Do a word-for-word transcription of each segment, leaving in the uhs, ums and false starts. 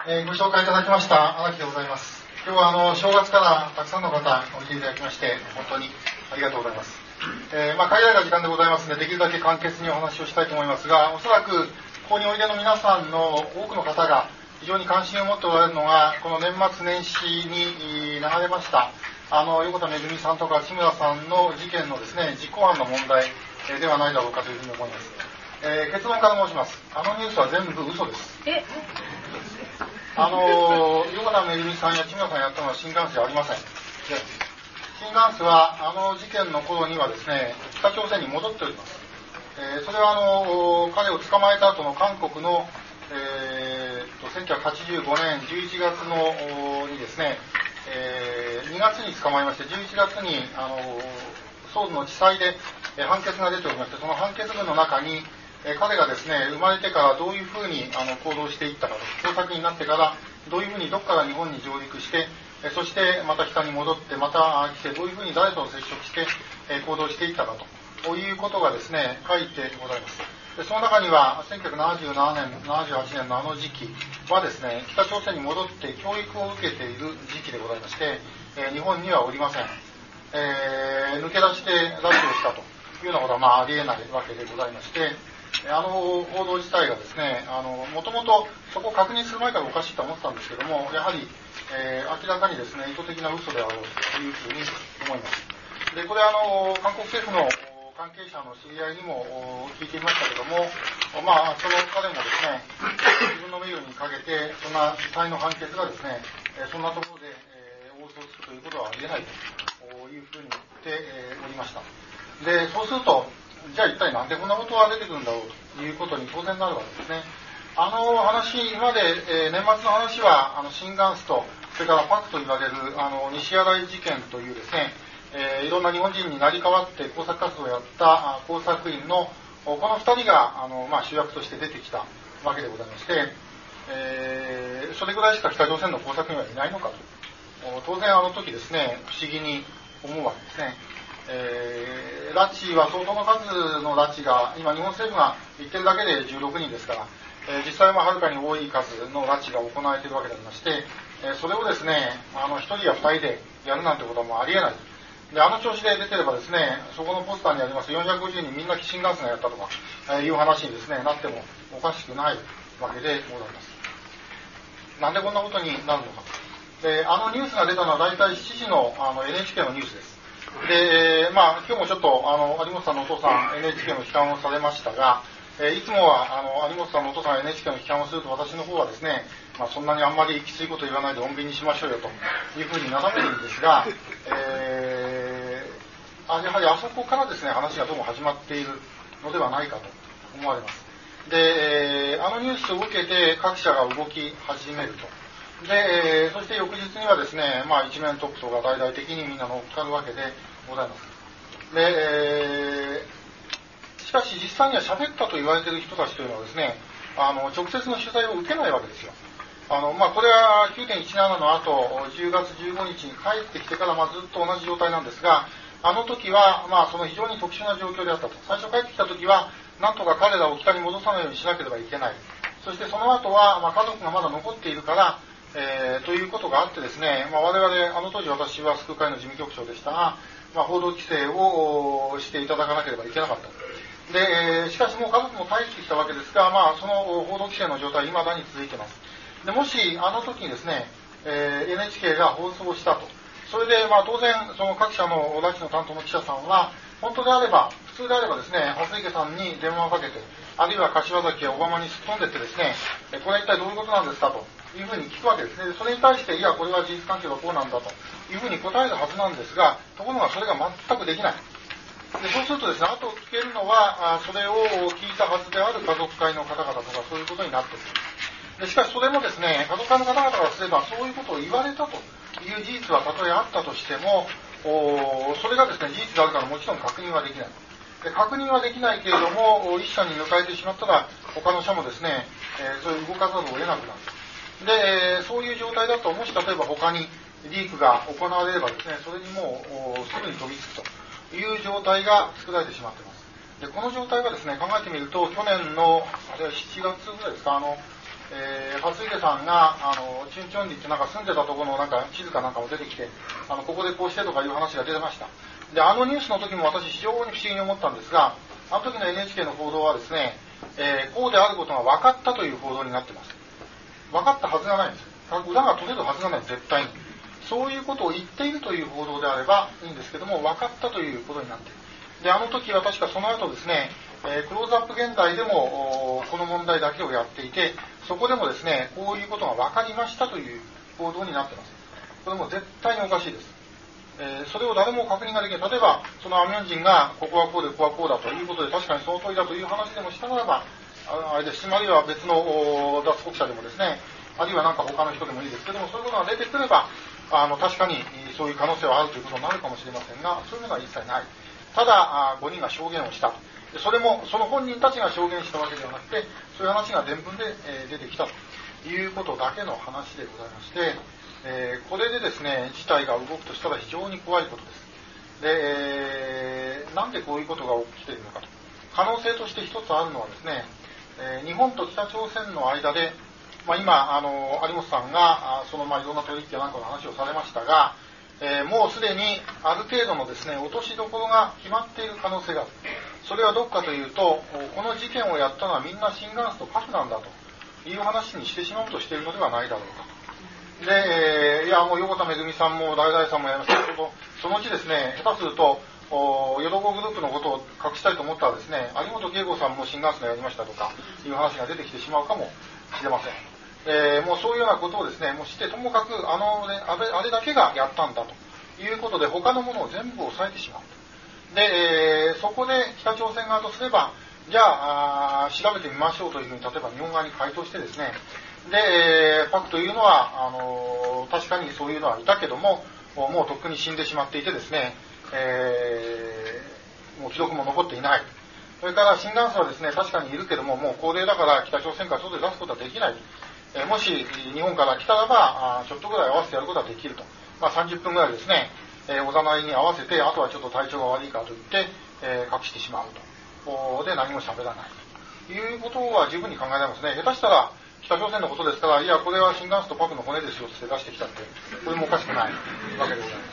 えー、ご紹介いただきました荒木でございます。今日はあの正月からたくさんの方おいでいただきまして本当にありがとうございます。えー、まあ限られた時間でございますのでできるだけ簡潔にお話をしたいと思いますが、おそらくここにおいでの皆さんの多くの方が非常に関心を持っておられるのがこの年末年始に流れましたあの横田めぐみさんとか木村さんの事件のですね実行犯の問題ではないだろうかというふうに思います。えー、結論から申します。あのニュースは全部嘘です。 えあの横田めぐみさんや木村さんやったのは新幹線ありません。で新幹線はあの事件の頃にはですね北朝鮮に戻っております。えー、それはあの彼を捕まえた後の韓国の、えー、とせんきゅうひゃくはちじゅうごねんじゅういちがつのにですね、えー、にがつに捕まえましてじゅういちがつにあのソウルの地裁で判決が出ておりまして、その判決文の中に彼がですね生まれてからどういうふうにあの行動していったかと、捜索になってからどういうふうにどこから日本に上陸して、そしてまた北に戻ってまた来てどういうふうに誰と接触して行動していったかということがですね書いてございます。でその中にはせんきゅうひゃくななじゅうななねんななじゅうはちねんのあの時期はですね北朝鮮に戻って教育を受けている時期でございまして、日本にはおりません。えー、抜け出して拉致をしたというようなことはまあありえないわけでございまして、あの報道自体がですねもともとそこを確認する前からおかしいと思ってたんですけども、やはり、えー、明らかにですね意図的な嘘であろうというふうに思います。でこれあの韓国政府の関係者の知り合いにも聞いてみましたけども、まあその彼もですね自分の名誉にかけてそんな地裁の判決がですねそんなところで、えー、応答するということはありえないというふうに言っておりました。でそうするとじゃあ一体なんでこんなことが出てくるんだろうということに当然なるわけですね。あの話今まで、えー、年末の話はあのシンガンスとそれからパクと言われるあの西新井事件というですね、えー、いろんな日本人に成り代わって工作活動をやった工作員のこのふたりがあの、まあ、主役として出てきたわけでございまして、えー、それぐらいしか北朝鮮の工作員はいないのかと当然あの時ですね不思議に思うわけですね。えー、拉致は相当の数の拉致が今日本政府が言ってるだけでじゅうろくにんですから、えー、実際ははるかに多い数の拉致が行われているわけでありまして、えー、それをですねあのひとりやふたりでやるなんてことはもうありえない。であの調子で出てればですねそこのポスターにありますよんひゃくごじゅうにんみんな新幹線がやったとか、えー、いう話にですねなってもおかしくないわけでございます。なんでこんなことになるのか。であのニュースが出たのは大体しちじの、あの エヌエイチケー のニュースです。でまあ今日もちょっとあの有本さんのお父さん エヌエイチケー の批判をされましたが、えー、いつもはあの有本さんのお父さんが エヌエイチケー の批判をすると私の方はですね、まあ、そんなにあんまりきついこと言わないで穏便にしましょうよというふうになだめるんですが、えー、あやはりあそこからですね話がどうも始まっているのではないかと思われます。で、えー、あのニュースを受けて各社が動き始めると。で、えー、そして翌日にはですね、まあ一面トップとか大々的にみんな乗っかるわけでございます。で、えー、しかし実際には喋ったと言われている人たちというのはですね、あの直接の取材を受けないわけですよ。あのまあこれは きゅうてんいちなな の後じゅうがつじゅうごにちに帰ってきてから、まあ、ずっと同じ状態なんですが、あの時はまあその非常に特殊な状況であったと。最初帰ってきた時はなんとか彼らを北に戻さないようにしなければいけない。そしてその後は、まあ、家族がまだ残っているからえー、ということがあってですね、まあ、我々あの当時私は救う会の事務局長でしたが、まあ、報道規制をしていただかなければいけなかった。で、えー、しかしもう家族も帰ってきたわけですが、まあ、その報道規制の状態は未だに続いています。でもしあの時にですね、えー、エヌエイチケー が放送したと、それでまあ当然その各社の拉致の担当の記者さんは本当であれば普通であればですね蓮池さんに電話をかけて、あるいは柏崎や小浜にすっ飛んでってですね、これは一体どういうことなんですかというふうに聞くわけですね。それに対していやこれは事実関係がこうなんだというふうに答えるはずなんですが、ところがそれが全くできない。でそうするとですね、あと聞けるのはそれを聞いたはずである家族会の方々とかそういうことになってくる。でしかしそれもですね、家族会の方々からすればそういうことを言われたという事実はたとえあったとしても、それがですね事実であるからもちろん確認はできない。で確認はできないけれども、一社に抜かれてしまったら他の社もですね、えー、そういう動かざるを得なくなる。で、そういう状態だと、もし例えば他にリークが行われればですね、それにもうすぐに飛びつくという状態が作られてしまっています。でこの状態はですね、考えてみると去年のあれはしちがつぐらいですか、あのえー、初出さんが、あの、チュンチョンリってなんか住んでたところのなんか地図かなんかも出てきて、あの、ここでこうしてとかいう話が出てました。で、あのニュースの時も私非常に不思議に思ったんですが、あの時の エヌエイチケー の報道はですね、えー、こうであることが分かったという報道になってます。分かったはずがないんです。裏が取れるはずがない、絶対に。そういうことを言っているという報道であればいいんですけども、分かったということになっている。で、あの時は確かその後ですね、えー、クローズアップ現代でもこの問題だけをやっていて、そこでもですね、こういうことが分かりましたという報道になっています。これも絶対におかしいです。えー、それを誰も確認ができない。例えば、そのアミョン人がここはこうでここはこうだということで、確かにその通りだという話でもしたならば、あれです。あるいは別の脱北者でもですね、あるいはなんか他の人でもいいですけども、そういうことが出てくれば、あの、確かにそういう可能性はあるということになるかもしれませんが、そういうのは一切ない。ただ、ごにんが証言をした。それも、その本人たちが証言したわけではなくて、そういう話が伝聞で、えー、出てきたということだけの話でございまして、えー、これでですね、事態が動くとしたら非常に怖いことです。で、えー、なんでこういうことが起きているのかと。可能性として一つあるのはですね、えー、日本と北朝鮮の間で、まあ、今、あの、有本さんが、その、まあ、いろんな取引やなんかの話をされましたが、えー、もうすでにある程度のですね、落としどころが決まっている可能性がある。それはどこかというと、この事件をやったのはみんなシンガンスとパクなんだという話にしてしまおうとしているのではないだろうかと。で、えー、いや、もう横田めぐみさんも大々さんもやりましたけど、そのうちですね、下手すると、ヨドコグループのことを隠したいと思ったらですね、有本恵子さんもシンガンスのやりましたとかいう話が出てきてしまうかもしれません。えー、もうそういうようなことをですね、もうしてともかくあの、ね、あれ、あれだけがやったんだということで他のものを全部抑えてしまう。で、えー、そこで北朝鮮側とすれば、じゃあ、あ調べてみましょうというふうに例えば日本側に回答してですね、で、えー、パクというのはあのー、確かにそういうのはいたけども、もうとっくに死んでしまっていてですね、えー、もう記録も残っていない。それからシンガンスはですね、確かにいるけども、もう高齢だから北朝鮮から外で出すことはできない。えー、もし日本から来たらば、あちょっとぐらい合わせてやることはできると。まあさんじゅっぷんぐらいですね、えー、おざなりに合わせて、あとはちょっと体調が悪いからといって、えー、隠してしまうと。で、何も喋らないということは十分に考えられますね。下手したら、北朝鮮のことですから、いや、これはシンガンスとパクの骨ですよって出してきたって、これもおかしくないわけでございます。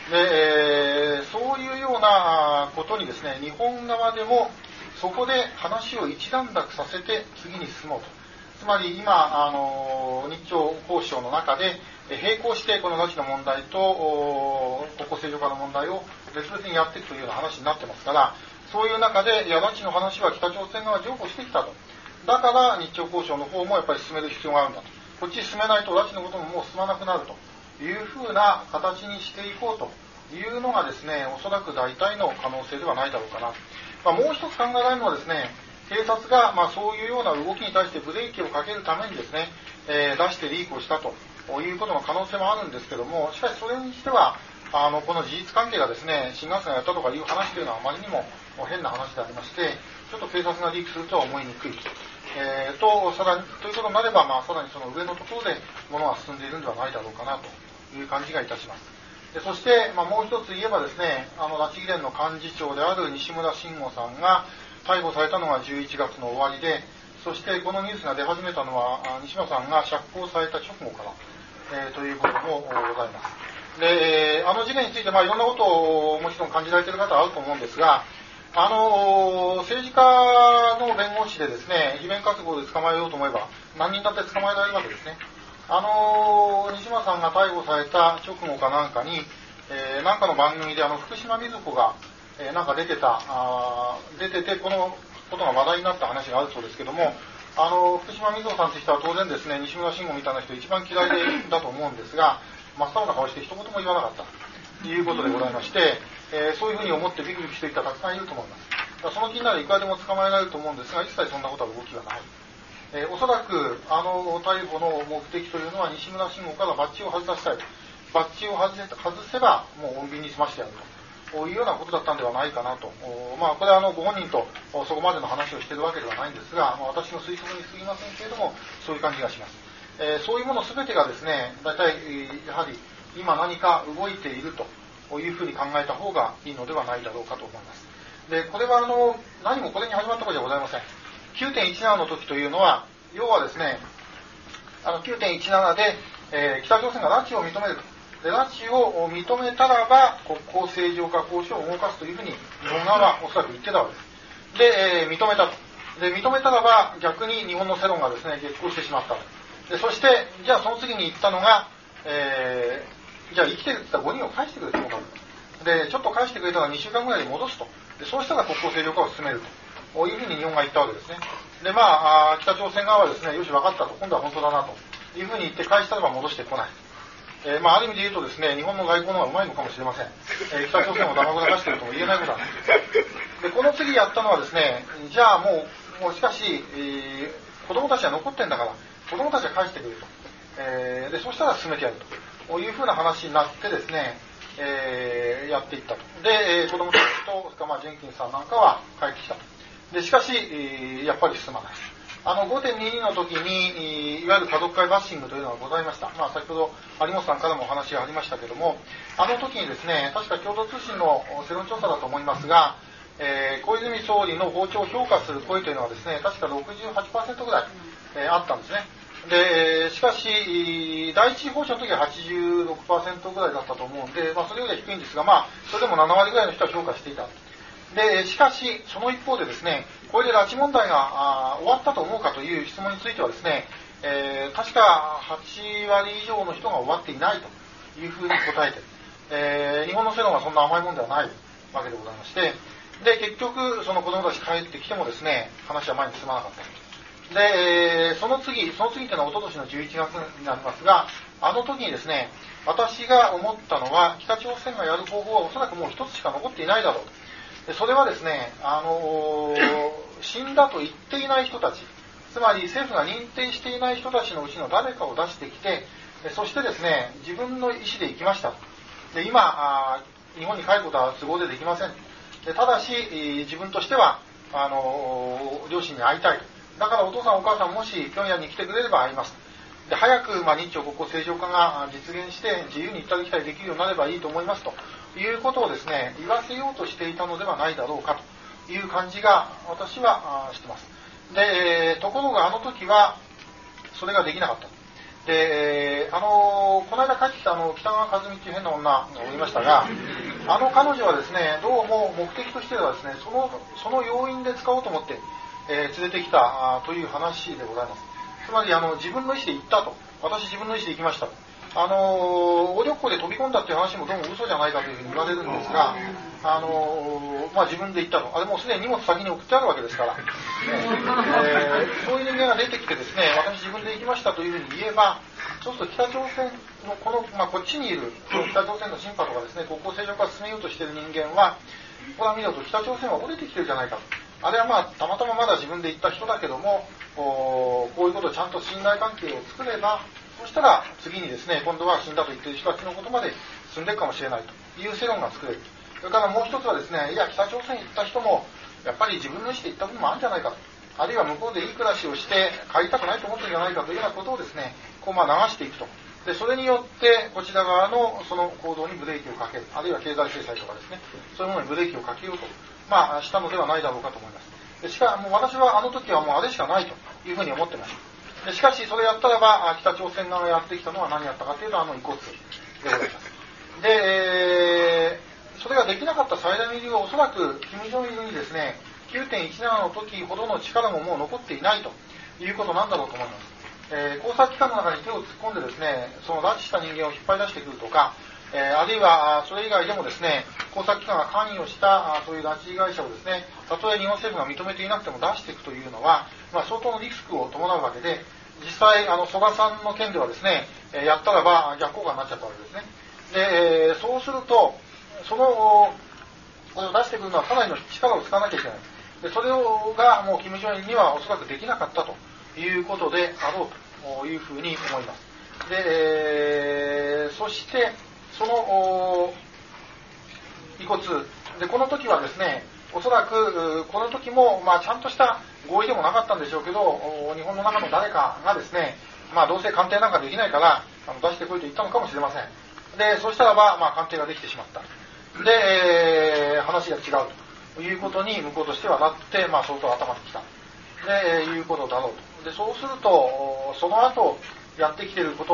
で、えー、そういうようなことにですね、日本側でもそこで話を一段落させて次に進もうと。つまり今、あの、日朝交渉の中で、並行してこの拉致の問題と国交正常化の問題を別々にやっていくというような話になってますから、そういう中で、いや、拉致の話は北朝鮮側譲歩してきたと。だから日朝交渉の方もやっぱり進める必要があるんだと。こっち進めないと拉致のことももう進まなくなるというふうな形にしていこうというのがですね、おそらく大体の可能性ではないだろうかな。まあ、もう一つ考えられるのはですね、警察がまあそういうような動きに対してブレーキをかけるためにですね、えー、出してリークをしたということの可能性もあるんですけども、しかしそれにしては、あのこの事実関係がですね、シンガンスがやったとかいう話というのはあまりにも変な話でありまして、ちょっと警察がリークするとは思いにくい。えー、と、さらに、ということになれば、まあ、さらにその上のところで物が進んでいるんではないだろうかなという感じがいたします。でそして、まあ、もう一つ言えばですね、あの、拉致議連の幹事長である西村慎吾さんが逮捕されたのがじゅういちがつの終わりで、そしてこのニュースが出始めたのは、西村さんが釈放された直後から、えー、ということもございます。で、あの事件について、まあ、いろんなことをもちろん感じられている方はあると思うんですが、あの政治家の弁護士でですね、罷免活動で捕まえようと思えば何人だって捕まえられるわけですね。あの西村さんが逮捕された直後かなんかに、えー、なんかの番組であの福島みずほが、えー、なんか出てたあ出ててこのことが話題になった話があるそうですけども、あの福島みずほさんとしては当然ですね、西村慎吾みたいな人一番嫌いでだと思うんですが、真っ青な顔して一言も言わなかったということでございまして、えー、そういうふうに思ってビクビクしていたらたくさんいると思います。だからその気にならいくらでも捕まえられると思うんですが、一切そんなことは動きがない。えー、おそらくあの逮捕の目的というのは西村慎吾からバッジを外させたい。バッジを外せ外せばもう穏便に済ましてやるというようなことだったんではないかなと。まあこれはあのご本人とそこまでの話をしているわけではないんですが、まあ、私の推測に過ぎませんけれども、そういう感じがします。えー、そういうもの全てがですね、大体やはり今何か動いているというふうに考えた方がいいのではないだろうかと思います。で、これはあの何もこれに始まったことじゃございません。きゅうてんいちなな の時というのは、要はですね、 あの きゅうてんいちなな で、えー、北朝鮮が拉致を認めると。で拉致を認めたらば国交正常化交渉を動かすというふうに日本側はおそらく言ってたわけです。で、えー、認めたと。で認めたらば逆に日本の世論がですね激高してしまったと。でそしてじゃあその次に言ったのが、えー、じゃあ生きてるって言ったらごにんを返してくれと。でちょっと返してくれたらにしゅうかんぐらいで戻すと。でそうしたら国交正常化を進めるというふうに日本が言ったわけですね。でまああ北朝鮮側はですねよし分かったと、今度は本当だなというふうに言って返したらば戻してこない。えー、まあある意味で言うとですね日本の外交の方がうまいのかもしれません。えー、北朝鮮をだまぐらかしているとも言えないことなんです。でこの次やったのはですねじゃあもうもうしかし、えー、子供たちは残ってんだから子供たちは返してくれると、えー、でそしたら進めてやるというふうな話になってですね、えー、やっていったと。で、えー、子供たちとそれからまあジェンキンスさんなんかは帰ってきたと。でしかし、えー、やっぱり進まない。あの ごてんにじゅうに の時にいわゆる家族会バッシングというのがございました。まあ、先ほど有本さんからもお話がありましたけども、あの時にですね確か共同通信の世論調査だと思いますが、えー、小泉総理の訪朝を評価する声というのはですね確か ろくじゅうはちパーセント ぐらい、えー、あったんですね。でしかし第一次訪朝の時は はちじゅうろくパーセント ぐらいだったと思うんで、まあ、それよりは低いんですが、まあ、それでもななわりぐらいの人は評価していた。でしかしその一方でですねこれで拉致問題が終わったと思うかという質問についてはですね、えー、確かはちわり以上の人が終わっていないというふうに答えて、えー、日本の世論はそんな甘いものではないわけでございまして、で結局その子供たち帰ってきてもですね話は前に進まなかった。でその次その次というのは一昨年のじゅういちがつになりますが、あの時にですね私が思ったのは北朝鮮がやる方法はおそらくもう一つしか残っていないだろうと。でそれはですね、あのー、死んだと言っていない人たち、つまり政府が認定していない人たちのうちの誰かを出してきて、そしてですね自分の意思で行きました。で今あ日本に帰ることは都合でできません。でただし自分としてはあのー、両親に会いたい。だからお父さんお母さんもし平壌に来てくれれば会います。で早く、まあ、日朝国交正常化が実現して自由に行ったり来たりできるようになればいいと思いますということをですね言わせようとしていたのではないだろうかという感じが私はしてます。でところがあの時はそれができなかった。であのこの間帰ってきたあの北川和美っていう変な女がおりましたが、あの彼女はですねどうも目的としてはですねそのその要因で使おうと思って、えー、連れてきたという話でございます。つまりあの自分の意思で行ったと、私自分の意思で行きましたと、あのお旅行で飛び込んだっていう話もどうも嘘じゃないかというふうに言われるんですが、あのまあ、自分で行ったと、あれもうすでに荷物先に送ってあるわけですから、ねえー、そういう人間が出てきてですね私自分で行きましたというふうに言えば、そうすると北朝鮮のこの、まあ、こっちにいる北朝鮮のシンパとかですね国交正常化を進めようとしている人間はこれを見ると北朝鮮は折れてきてるじゃないかと。あれはまあたまたままだ自分で行った人だけどもこういうことをちゃんと信頼関係を作れば、そしたら次にですね今度は死んだと言っている人たちのことまで進んでいくかもしれないという世論が作れる。それからもう一つはですねいや北朝鮮行った人もやっぱり自分の意思で行った部分もあるんじゃないかと、あるいは向こうでいい暮らしをして帰りたくないと思ってるんじゃないかというようなことをですねこうまあ流していくと。でそれによってこちら側のその行動にブレーキをかける、あるいは経済制裁とかですねそういうものにブレーキをかけようと、まあ、したのではないだろうかと思います。でしかもう私はあの時はもうあれしかないというふうに思ってます。でしかしそれやったらば北朝鮮側がやってきたのは何やったかというとあの遺骨でございます。で、えー、それができなかった最大の理由はおそらく金正日にですね きゅうてんいちなな の時ほどの力ももう残っていないということなんだろうと思います。えー、工作機関の中に手を突っ込んでですねその拉致した人間を引っ張り出してくるとか、えー、あるいはそれ以外でもですね工作機関が関与したそういう拉致被害者をですねたとえ日本政府が認めていなくても出していくというのは、まあ、相当のリスクを伴うわけで、実際あの曽我さんの件ではですねやったらば逆効果になっちゃったわけですね。で、えー、そうするとそのこれを出してくるのはかなりの力を使わなきゃいけない。でそれをがもう金正恩にはおそらくできなかったということであろうというふうに思います。で、えー、そしてその遺骨でこの時はですねおそらくこの時も、まあ、ちゃんとした合意でもなかったんでしょうけど日本の中の誰かがですね、まあ、どうせ鑑定なんかできないからあの出してこいと言ったのかもしれません。でそしたらば、まあ、鑑定ができてしまった。で、えー、話が違うということに向こうとしてはなって、まあ、相当頭にきたでいうことだろうと。でそうするとその後やってきていること、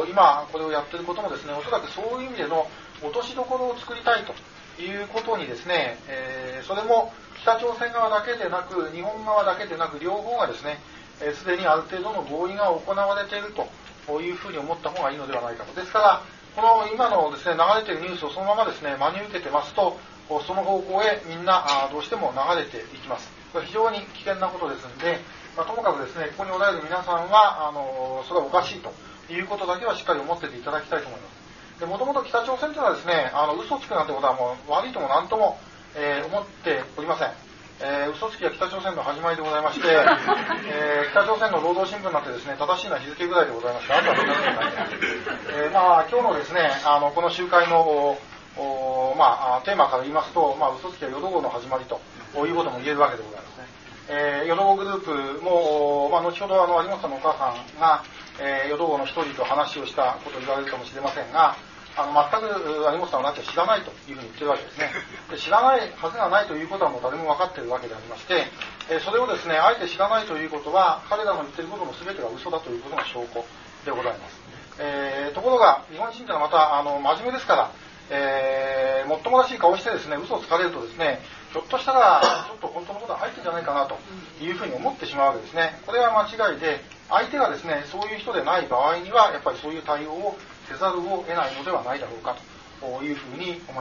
今これをやっていることもですね、おそらくそういう意味での落としどころを作りたいということにですね、えー、それも北朝鮮側だけでなく、日本側だけでなく、両方がですね、すでにある程度の合意が行われているというふうに思った方がいいのではないかと。ですから、この今のですね、流れているニュースをそのままですね、真に受けてますと、その方向へみんなどうしても流れていきます。これ非常に危険なことですので、まあ、ともかくですね、ここにおられる皆さんは、あの、それはおかしいということだけはしっかり思ってていただきたいと思います。で、もともと北朝鮮というのはですね、あの、嘘をつくなんてことはもう悪いとも何とも、えー、思っておりません。えー、嘘つきは北朝鮮の始まりでございまして、えー、北朝鮮の労働新聞なんてですね、正しいのは日付ぐらいでございまして、あとは正しくない。えー、まあ、今日のですね、あの、この集会の、おまあ、テーマから言いますと、まあ、嘘つきは淀号の始まりということも言えるわけでございますね。えー、淀号グループも、まあ、後ほどあの有本さんのお母さんが、えー、淀号の一人と話をしたことを言われるかもしれませんが、あの全く有本さんは何か知らないというふうに言ってるわけですね。で、知らないはずがないということはもう誰も分かっているわけでありまして、えー、それをですね、あえて知らないということは、彼らの言っていることも全てが嘘だということの証拠でございます。えー、ところが、日本人というのはまたあの真面目ですから、えー、もっともらしい顔してですね、嘘をつかれるとですね、ひょっとしたらちょっと本当のことが入ってるんじゃないかなというふうに思ってしまうわけですね。これは間違いで、相手がですね、そういう人でない場合にはやっぱりそういう対応をせざるを得ないのではないだろうかというふうに思います。